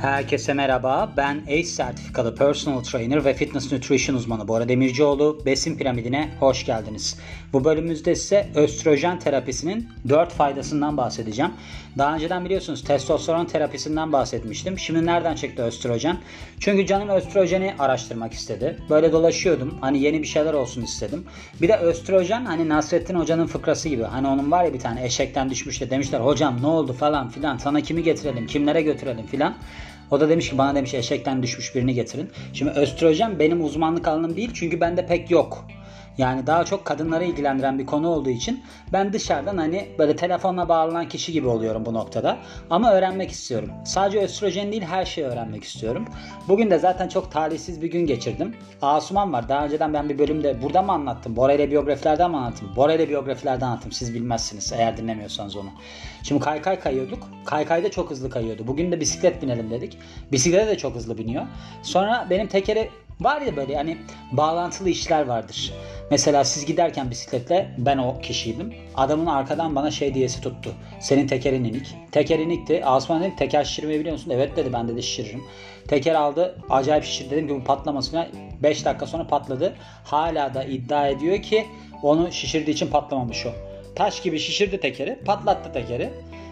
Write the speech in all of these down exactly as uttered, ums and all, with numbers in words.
Herkese merhaba. Ben A C E sertifikalı personal trainer ve fitness nutrition uzmanı Bora Demircioğlu. Besin piramidine hoş geldiniz. Bu bölümümüzde size östrojen terapisinin dört faydasından bahsedeceğim. Daha önceden biliyorsunuz testosteron terapisinden bahsetmiştim. Şimdi nereden çıktı östrojen? Çünkü canım östrojeni araştırmak istedi. Böyle dolaşıyordum. Hani yeni bir şeyler olsun istedim. Bir de östrojen hani Nasrettin Hoca'nın fıkrası gibi. Hani onun var ya bir tane eşekten düşmüş de demişler hocam ne oldu falan filan. Sana kimi getirelim, kimlere götürelim filan. O da demiş ki bana demiş eşekten düşmüş birini getirin. Şimdi östrojen benim uzmanlık alanım değil çünkü bende pek yok. Yani daha çok kadınları ilgilendiren bir konu olduğu için ben dışarıdan hani böyle telefonla bağlanan kişi gibi oluyorum bu noktada. Ama öğrenmek istiyorum. Sadece östrojen değil her şeyi öğrenmek istiyorum. Bugün de zaten çok talihsiz bir gün geçirdim. Asuman var. Daha önceden ben bir bölümde burada mı anlattım? Bora ile biyografilerden mi anlattım? Bora ile biyografilerden anlattım. Siz bilmezsiniz eğer dinlemiyorsanız onu. Şimdi kaykay kayıyorduk. Kaykayda çok hızlı kayıyordu. Bugün de bisiklet binelim dedik. Bisiklete de çok hızlı biniyor. Sonra benim tekeri var ya böyle hani bağlantılı işler vardır. Mesela siz giderken bisikletle ben o kişiydim. Adamın arkadan bana şey diyesi tuttu. Senin tekerin inik. Teker inikti. Asuman dedi teker şişirmeyi biliyor musun? Evet dedi ben de şişiririm. Teker aldı. Acayip şişirdi. Dedim ki bu patlamasına beş dakika sonra patladı. Hala da iddia ediyor ki onu şişirdiği için patlamamış o. Taş gibi şişirdi tekeri. Patlattı tekeri.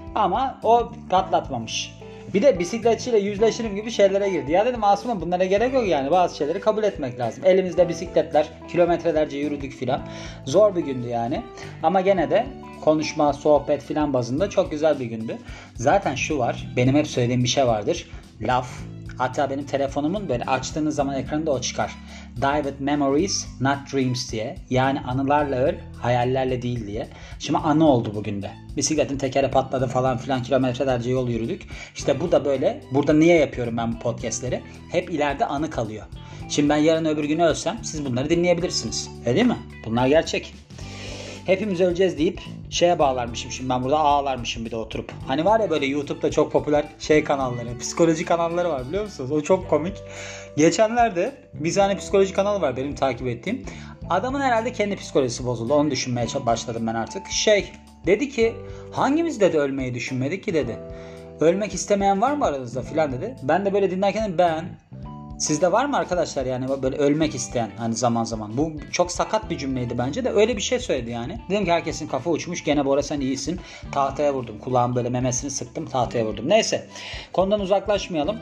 Ama o patlatmamış. Bir de bisikletçiyle yüzleşirim gibi şeylere girdi. Ya dedim Asuman bunlara gerek yok yani. Bazı şeyleri kabul etmek lazım. Elimizde bisikletler, kilometrelerce yürüdük filan. Zor bir gündü yani. Ama gene de konuşma, sohbet filan bazında çok güzel bir gündü. Zaten şu var. Benim hep söylediğim bir şey vardır. Laf. Hatta benim telefonumun böyle açtığınız zaman ekranında o çıkar. Die with memories, not dreams diye. Yani anılarla öl, hayallerle değil diye. Şimdi anı oldu bugün de. Bisikletin tekeri patladı falan filan kilometrelerce yol yürüdük. İşte bu da böyle. Burada niye yapıyorum ben bu podcastleri? Hep ileride anı kalıyor. Şimdi ben yarın öbür gün ölsem siz bunları dinleyebilirsiniz. Öyle değil mi? Bunlar gerçek. Hepimiz öleceğiz deyip şeye bağlarmışım şimdi ben burada ağlarmışım bir de oturup. Hani var ya böyle YouTube'da çok popüler şey kanalları, psikoloji kanalları var biliyor musunuz? O çok komik. Geçenlerde bir tane psikoloji kanalı var benim takip ettiğim. Adamın herhalde kendi psikolojisi bozuldu. Onu düşünmeye başladım ben artık. Şey dedi ki hangimiz dedi ölmeyi düşünmedik ki dedi. Ölmek istemeyen var mı aranızda filan dedi. Ben de böyle dinlerken ben sizde var mı arkadaşlar yani böyle ölmek isteyen hani zaman zaman. Bu çok sakat bir cümleydi bence de öyle bir şey söyledi yani. Dedim ki herkesin kafa uçmuş gene Bora sen iyisin. Tahtaya vurdum kulağım böyle memesini sıktım tahtaya vurdum. Neyse konudan uzaklaşmayalım.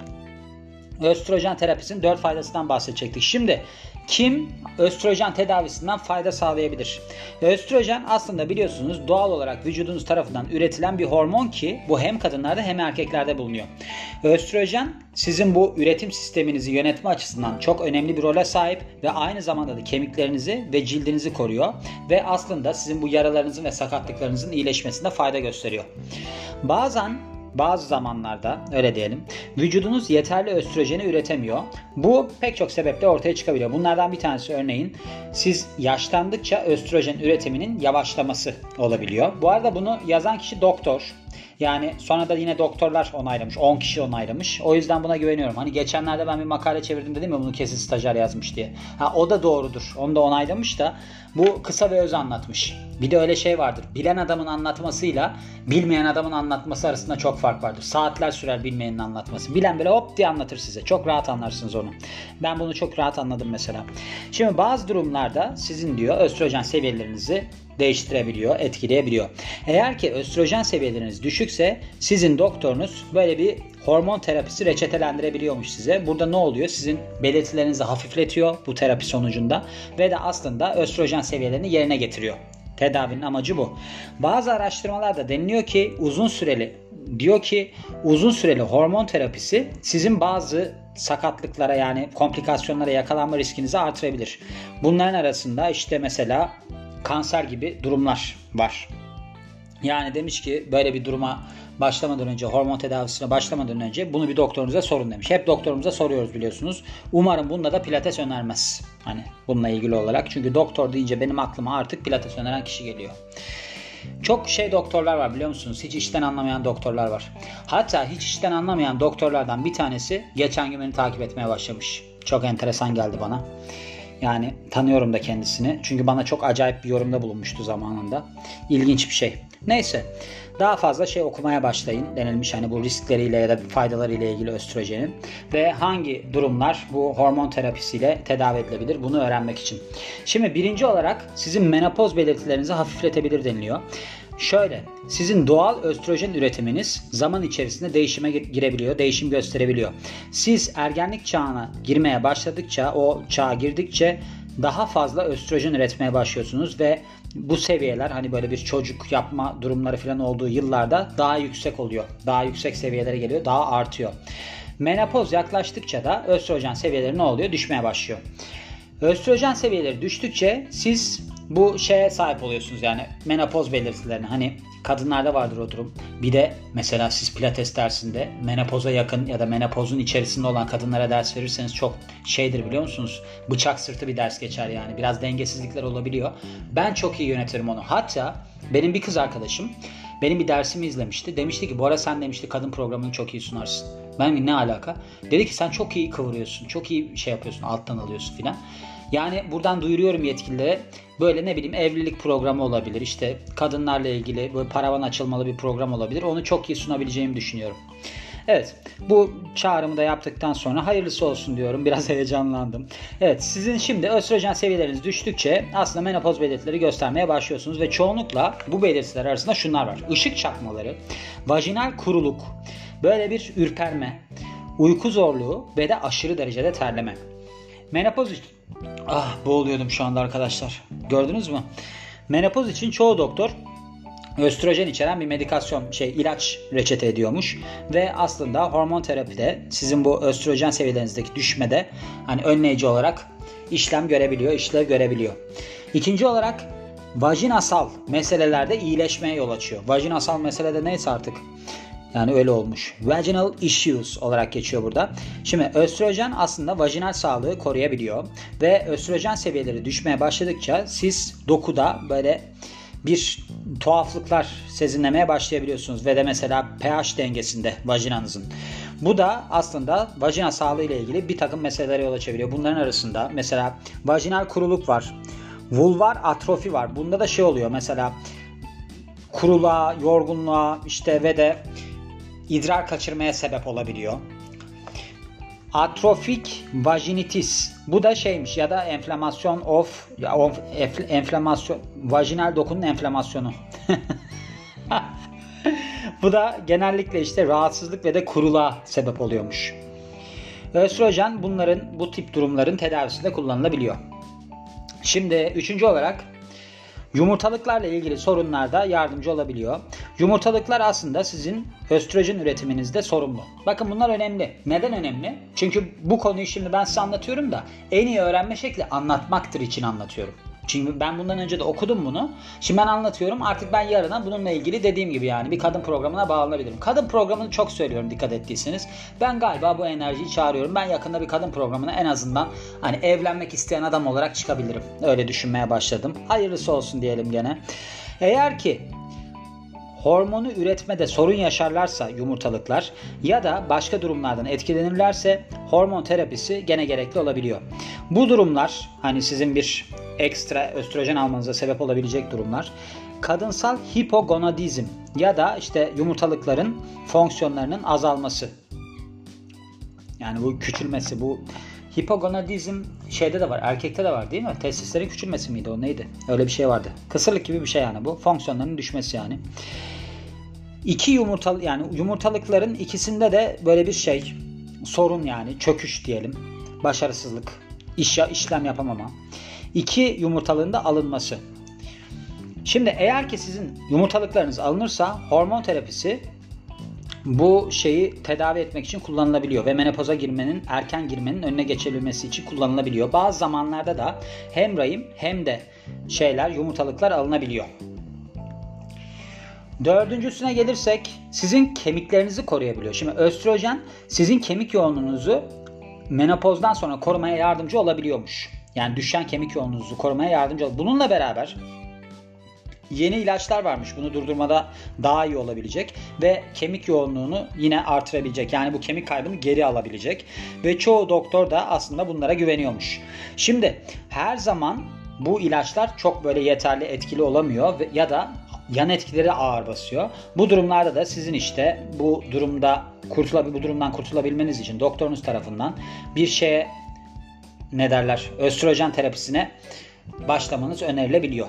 Östrojen terapisinin dört faydasından bahsedecektik. Şimdi kim östrojen tedavisinden fayda sağlayabilir? Östrojen aslında biliyorsunuz doğal olarak vücudunuz tarafından üretilen bir hormon ki bu hem kadınlarda hem erkeklerde bulunuyor. Östrojen sizin bu üretim sisteminizi yönetme açısından çok önemli bir role sahip ve aynı zamanda da kemiklerinizi ve cildinizi koruyor ve aslında sizin bu yaralarınızın ve sakatlıklarınızın iyileşmesinde fayda gösteriyor. Bazen Bazı zamanlarda öyle diyelim vücudunuz yeterli östrojeni üretemiyor. Bu pek çok sebeple ortaya çıkabiliyor. Bunlardan bir tanesi örneğin siz yaşlandıkça östrojen üretiminin yavaşlaması olabiliyor. Bu arada bunu yazan kişi doktor. Yani sonra da yine doktorlar onaylamış. on kişi onaylamış. O yüzden buna güveniyorum. Hani geçenlerde ben bir makale çevirdim dedim ya bunu kesin stajyer yazmış diye. Ha o da doğrudur. Onu da onaylamış da bu kısa ve öz anlatmış. Bir de öyle şey vardır. Bilen adamın anlatmasıyla bilmeyen adamın anlatması arasında çok fark vardır. Saatler sürer bilmeyenin anlatması. Bilen böyle hop diye anlatır size. Çok rahat anlarsınız onu. Ben bunu çok rahat anladım mesela. Şimdi bazı durumlarda sizin diyor östrojen seviyelerinizi değiştirebiliyor, etkileyebiliyor. Eğer ki östrojen seviyeleriniz düşükse sizin doktorunuz böyle bir hormon terapisi reçetelendirebiliyormuş size. Burada ne oluyor? Sizin belirtilerinizi hafifletiyor bu terapi sonucunda ve de aslında östrojen seviyelerini yerine getiriyor. Tedavinin amacı bu. Bazı araştırmalarda deniliyor ki uzun süreli diyor ki uzun süreli hormon terapisi sizin bazı sakatlıklara yani komplikasyonlara yakalanma riskinizi artırabilir. Bunların arasında işte mesela kanser gibi durumlar var. Yani demiş ki böyle bir duruma başlamadan önce hormon tedavisine başlamadan önce bunu bir doktorunuza sorun demiş. Hep doktorumuza soruyoruz biliyorsunuz. Umarım bunda da pilates önermez. Hani bununla ilgili olarak. Çünkü doktor deyince benim aklıma artık pilates öneren kişi geliyor. Çok şey doktorlar var biliyor musunuz? Hiç işten anlamayan doktorlar var. Hatta hiç işten anlamayan doktorlardan bir tanesi geçen gün beni takip etmeye başlamış. Çok enteresan geldi bana. Yani tanıyorum da kendisini. Çünkü bana çok acayip bir yorumda bulunmuştu zamanında. İlginç bir şey. Neyse. Daha fazla şey okumaya başlayın denilmiş hani bu riskleriyle ya da faydalarıyla ilgili östrojenin ve hangi durumlar bu hormon terapisiyle tedavi edilebilir bunu öğrenmek için. Şimdi birinci olarak sizin menopoz belirtilerinizi hafifletebilir deniliyor. Şöyle, sizin doğal östrojen üretiminiz zaman içerisinde değişime girebiliyor, değişim gösterebiliyor. Siz ergenlik çağına girmeye başladıkça, o çağa girdikçe daha fazla östrojen üretmeye başlıyorsunuz ve bu seviyeler hani böyle bir çocuk yapma durumları falan olduğu yıllarda daha yüksek oluyor. Daha yüksek seviyelere geliyor, daha artıyor. Menopoz yaklaştıkça da östrojen seviyeleri ne oluyor? Düşmeye başlıyor. Östrojen seviyeleri düştükçe siz bu şeye sahip oluyorsunuz yani menopoz belirtilerine. Hani kadınlarda vardır o durum. Bir de mesela siz pilates dersinde menopoza yakın ya da menopozun içerisinde olan kadınlara ders verirseniz çok şeydir biliyor musunuz? Bıçak sırtı bir ders geçer yani. Biraz dengesizlikler olabiliyor. Ben çok iyi yönetirim onu. Hatta benim bir kız arkadaşım benim bir dersimi izlemişti. Demişti ki Bora sen demişti kadın programını çok iyi sunarsın. Ben ne alaka? Dedi ki sen çok iyi kıvırıyorsun. Çok iyi şey yapıyorsun. Alttan alıyorsun filan. Yani buradan duyuruyorum yetkililere. Böyle ne bileyim evlilik programı olabilir. İşte kadınlarla ilgili böyle paravan açılmalı bir program olabilir. Onu çok iyi sunabileceğimi düşünüyorum. Evet, bu çağrımı da yaptıktan sonra hayırlısı olsun diyorum. Biraz heyecanlandım. Evet, sizin şimdi östrojen seviyeleriniz düştükçe aslında menopoz belirtileri göstermeye başlıyorsunuz ve çoğunlukla bu belirtiler arasında şunlar var. Işık çakmaları, vajinal kuruluk, böyle bir ürperme, uyku zorluğu ve de aşırı derecede terleme. Menopoz için ah boğuluyordum şu anda arkadaşlar. Gördünüz mü? Menopoz için çoğu doktor östrojen içeren bir medikasyon şey ilaç reçete ediyormuş ve aslında hormon terapide sizin bu östrojen seviyelerinizdeki düşmede hani önleyici olarak işlem görebiliyor, işlev görebiliyor. İkinci olarak vajinasal meselelerde iyileşmeye yol açıyor. Vajinasal meselede neyse artık yani öyle olmuş. Vaginal issues olarak geçiyor burada. Şimdi östrojen aslında vajinal sağlığı koruyabiliyor ve östrojen seviyeleri düşmeye başladıkça siz dokuda böyle bir tuhaflıklar sezinlemeye başlayabiliyorsunuz ve de mesela pH dengesinde vajinanızın. Bu da aslında vajina sağlığı ile ilgili bir takım meselelere yol açabiliyor. Bunların arasında mesela vajinal kuruluk var. Vulvar atrofi var. Bunda da şey oluyor mesela kuruluğa, yorgunluğa işte ve de idrar kaçırmaya sebep olabiliyor. Atrofik vajinitis. Bu da şeymiş ya da enflamasyon of ya of enflamasyon vajinal dokunun enflamasyonu. Bu da genellikle işte rahatsızlık ve de kuruluğa sebep oluyormuş. Östrojen bunların bu tip durumların tedavisinde kullanılabiliyor. Şimdi üçüncü olarak yumurtalıklarla ilgili sorunlarda yardımcı olabiliyor. Yumurtalıklar aslında sizin östrojen üretiminizde sorumlu. Bakın bunlar önemli. Neden önemli? Çünkü bu konuyu şimdi ben size anlatıyorum da en iyi öğrenme şekli anlatmaktır için anlatıyorum. Çünkü ben bundan önce de okudum bunu. Şimdi ben anlatıyorum. Artık ben yarına bununla ilgili dediğim gibi yani bir kadın programına bağlanabilirim. Kadın programını çok söylüyorum dikkat ettiyseniz. Ben galiba bu enerjiyi çağırıyorum. Ben yakında bir kadın programına en azından hani evlenmek isteyen adam olarak çıkabilirim. Öyle düşünmeye başladım. Hayırlısı olsun diyelim gene. Eğer ki hormonu üretmede sorun yaşarlarsa yumurtalıklar ya da başka durumlardan etkilenirlerse hormon terapisi gene gerekli olabiliyor. Bu durumlar hani sizin bir ekstra östrojen almanıza sebep olabilecek durumlar. Kadınsal hipogonadizm ya da işte yumurtalıkların fonksiyonlarının azalması. Yani bu küçülmesi, bu hipogonadizm şeyde de var, erkekte de var değil mi? Testislerin küçülmesi miydi o neydi? Öyle bir şey vardı. Kısırlık gibi bir şey yani bu. Fonksiyonlarının düşmesi yani. İki yumurtalı yani yumurtalıkların ikisinde de böyle bir şey sorun yani çöküş diyelim. Başarısızlık, iş, işlem yapamama. İki yumurtalığın da alınması. Şimdi eğer ki sizin yumurtalıklarınız alınırsa hormon terapisi bu şeyi tedavi etmek için kullanılabiliyor ve menopoza girmenin, erken girmenin önüne geçebilmesi için kullanılabiliyor. Bazı zamanlarda da hem rahim hem de şeyler, yumurtalıklar alınabiliyor. Dördüncüsüne gelirsek sizin kemiklerinizi koruyabiliyor. Şimdi östrojen sizin kemik yoğunluğunuzu menopozdan sonra korumaya yardımcı olabiliyormuş. Yani düşen kemik yoğunluğunuzu korumaya yardımcı olabiliyor. Bununla beraber yeni ilaçlar varmış. Bunu durdurmada daha iyi olabilecek ve kemik yoğunluğunu yine artırabilecek. Yani bu kemik kaybını geri alabilecek. Ve çoğu doktor da aslında bunlara güveniyormuş. Şimdi her zaman bu ilaçlar çok böyle yeterli, etkili olamıyor ve ya da yan etkileri ağır basıyor. Bu durumlarda da sizin işte bu durumda kurtulabil bu durumdan kurtulabilmeniz için doktorunuz tarafından bir şeye ne derler? Östrojen terapisine başlamanız önerilebiliyor.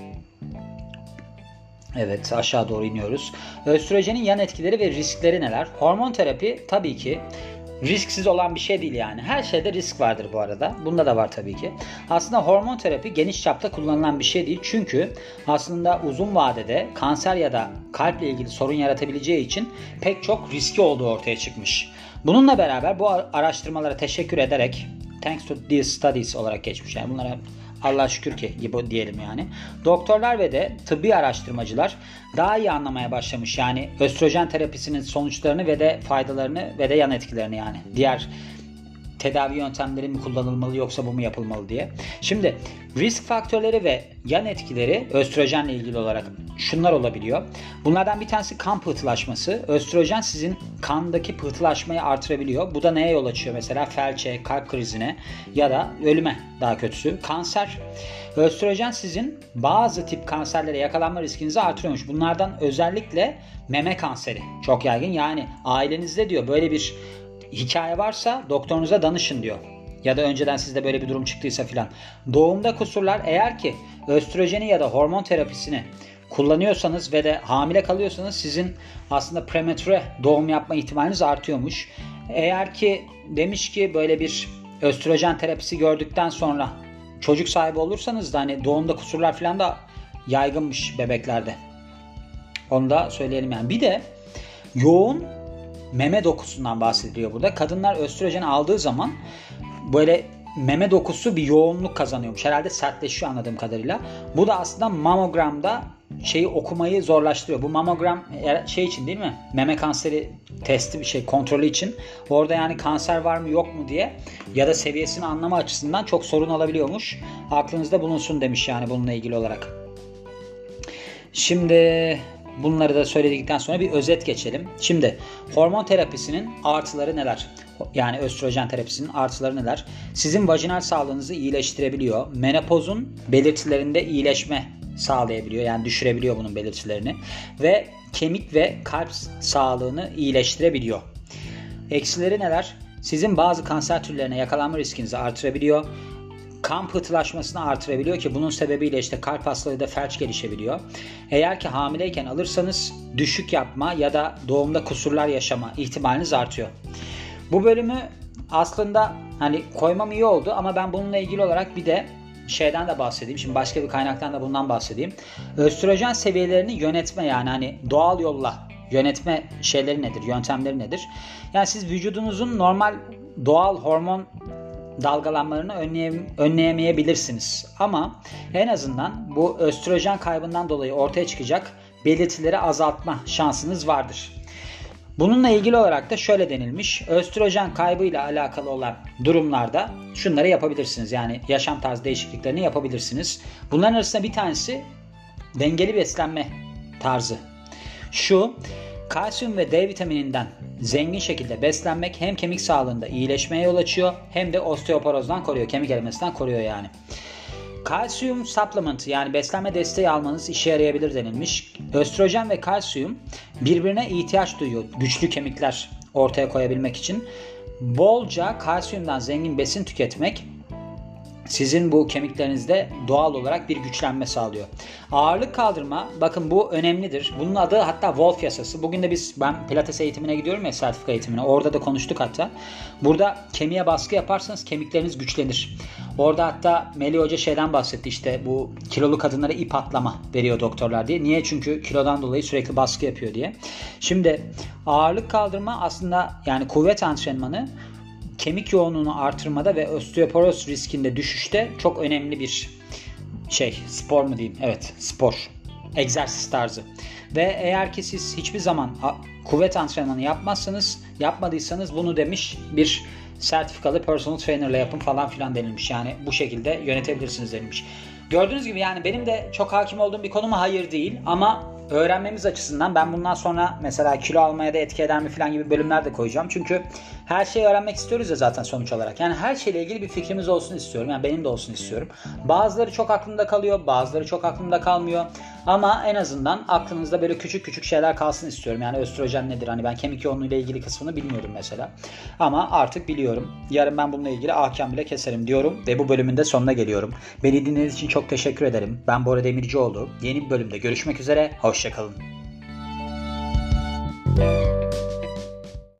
Evet, aşağı doğru iniyoruz. Östrojenin yan etkileri ve riskleri neler? Hormon terapi tabii ki risksiz olan bir şey değil yani. Her şeyde risk vardır bu arada. Bunda da var tabii ki. Aslında hormon terapi geniş çapta kullanılan bir şey değil. Çünkü aslında uzun vadede kanser ya da kalple ilgili sorun yaratabileceği için pek çok riski olduğu ortaya çıkmış. Bununla beraber bu araştırmalara teşekkür ederek thanks to these studies olarak geçmiş. Yani bunlara Allah'a şükür ki gibi diyelim yani. Doktorlar ve de tıbbi araştırmacılar daha iyi anlamaya başlamış. Yani östrojen terapisinin sonuçlarını ve de faydalarını ve de yan etkilerini yani. Diğer tedavi yöntemleri mi kullanılmalı yoksa bu mu yapılmalı diye. Şimdi risk faktörleri ve yan etkileri östrojenle ilgili olarak şunlar olabiliyor. Bunlardan bir tanesi kan pıhtılaşması. Östrojen sizin kandaki pıhtılaşmayı artırabiliyor. Bu da neye yol açıyor? Mesela felçe, kalp krizine ya da ölüme, daha kötüsü kanser. Östrojen sizin bazı tip kanserlere yakalanma riskinizi artırıyormuş. Bunlardan özellikle meme kanseri çok yaygın. Yani ailenizde diyor böyle bir hikaye varsa doktorunuza danışın diyor. Ya da önceden sizde böyle bir durum çıktıysa filan. Doğumda kusurlar, eğer ki östrojeni ya da hormon terapisini kullanıyorsanız ve de hamile kalıyorsanız sizin aslında prematüre doğum yapma ihtimaliniz artıyormuş. Eğer ki demiş ki böyle bir östrojen terapisi gördükten sonra çocuk sahibi olursanız da hani doğumda kusurlar filan da yaygınmış bebeklerde. Onu da söyleyelim yani. Bir de yoğun meme dokusundan bahsediliyor burada. Kadınlar östrojen aldığı zaman böyle meme dokusu bir yoğunluk kazanıyormuş. Herhalde sertleşiyor anladığım kadarıyla. Bu da aslında mamogramda şeyi okumayı zorlaştırıyor. Bu mamogram şey için değil mi? Meme kanseri testi bir şey, kontrolü için. Orada yani kanser var mı yok mu diye ya da seviyesini anlama açısından çok sorun olabiliyormuş. Aklınızda bulunsun demiş yani bununla ilgili olarak. Şimdi bunları da söyledikten sonra bir özet geçelim. Şimdi hormon terapisinin artıları neler? Yani östrojen terapisinin artıları neler? Sizin vajinal sağlığınızı iyileştirebiliyor. Menopozun belirtilerinde iyileşme sağlayabiliyor. Yani düşürebiliyor bunun belirtilerini. Ve kemik ve kalp sağlığını iyileştirebiliyor. Eksileri neler? Sizin bazı kanser türlerine yakalanma riskinizi artırabiliyor. Kan pıhtılaşmasını artırabiliyor ki bunun sebebiyle işte kalp hastalığı da felç gelişebiliyor. Eğer ki hamileyken alırsanız düşük yapma ya da doğumda kusurlar yaşama ihtimaliniz artıyor. Bu bölümü aslında hani koymam iyi oldu ama ben bununla ilgili olarak bir de şeyden de bahsedeyim. Şimdi başka bir kaynaktan da bundan bahsedeyim. Östrojen seviyelerini yönetme, yani hani doğal yolla yönetme şeyleri nedir, yöntemleri nedir? Yani siz vücudunuzun normal doğal hormon dalgalanmalarını önleyem- önleyemeyebilirsiniz. Ama en azından bu östrojen kaybından dolayı ortaya çıkacak belirtileri azaltma şansınız vardır. Bununla ilgili olarak da şöyle denilmiş. Östrojen kaybıyla alakalı olan durumlarda şunları yapabilirsiniz. Yani yaşam tarzı değişikliklerini yapabilirsiniz. Bunların arasında bir tanesi dengeli beslenme tarzı. Şu, kalsiyum ve D vitamininden zengin şekilde beslenmek hem kemik sağlığında iyileşmeye yol açıyor hem de osteoporozdan koruyor. Kemik erimesinden koruyor yani. Kalsiyum supplement, yani beslenme desteği almanız işe yarayabilir denilmiş. Östrojen ve kalsiyum birbirine ihtiyaç duyuyor güçlü kemikler ortaya koyabilmek için. Bolca kalsiyumdan zengin besin tüketmek sizin bu kemiklerinizde doğal olarak bir güçlenme sağlıyor. Ağırlık kaldırma, bakın bu önemlidir. Bunun adı hatta Wolf yasası. Bugün de biz, ben pilates eğitimine gidiyorum ya, sertifika eğitimine. Orada da konuştuk hatta. Burada kemiğe baskı yaparsanız kemikleriniz güçlenir. Orada hatta Melih Hoca şeyden bahsetti, işte bu kilolu kadınlara ip atlama veriyor doktorlar diye. Niye? Çünkü kilodan dolayı sürekli baskı yapıyor diye. Şimdi ağırlık kaldırma aslında, yani kuvvet antrenmanı kemik yoğunluğunu artırmada ve osteoporoz riskinde düşüşte çok önemli bir şey. Spor mu diyeyim? Evet, spor. Egzersiz tarzı. Ve eğer ki siz hiçbir zaman kuvvet antrenmanı yapmazsanız, yapmadıysanız bunu demiş bir sertifikalı personal trainer'la yapın falan filan denilmiş. Yani bu şekilde yönetebilirsiniz denilmiş. Gördüğünüz gibi yani benim de çok hakim olduğum bir konu mu? Hayır değil. Ama öğrenmemiz açısından ben bundan sonra mesela kilo almaya da etki eder mi falan gibi bölümler de koyacağım. Çünkü her şeyi öğrenmek istiyoruz ya zaten sonuç olarak. Yani her şeyle ilgili bir fikrimiz olsun istiyorum. Yani benim de olsun istiyorum. Bazıları çok aklımda kalıyor, bazıları çok aklımda kalmıyor. Ama en azından aklınızda böyle küçük küçük şeyler kalsın istiyorum. Yani östrojen nedir? Hani ben kemik yoğunluğuyla ilgili kısmını bilmiyordum mesela. Ama artık biliyorum. Yarın ben bununla ilgili ahkam bile keserim diyorum ve bu bölümün de sonuna geliyorum. Beni dinlediğiniz için çok teşekkür ederim. Ben Bora Demircioğlu. Yeni bir bölümde görüşmek üzere. Hoşçakalın.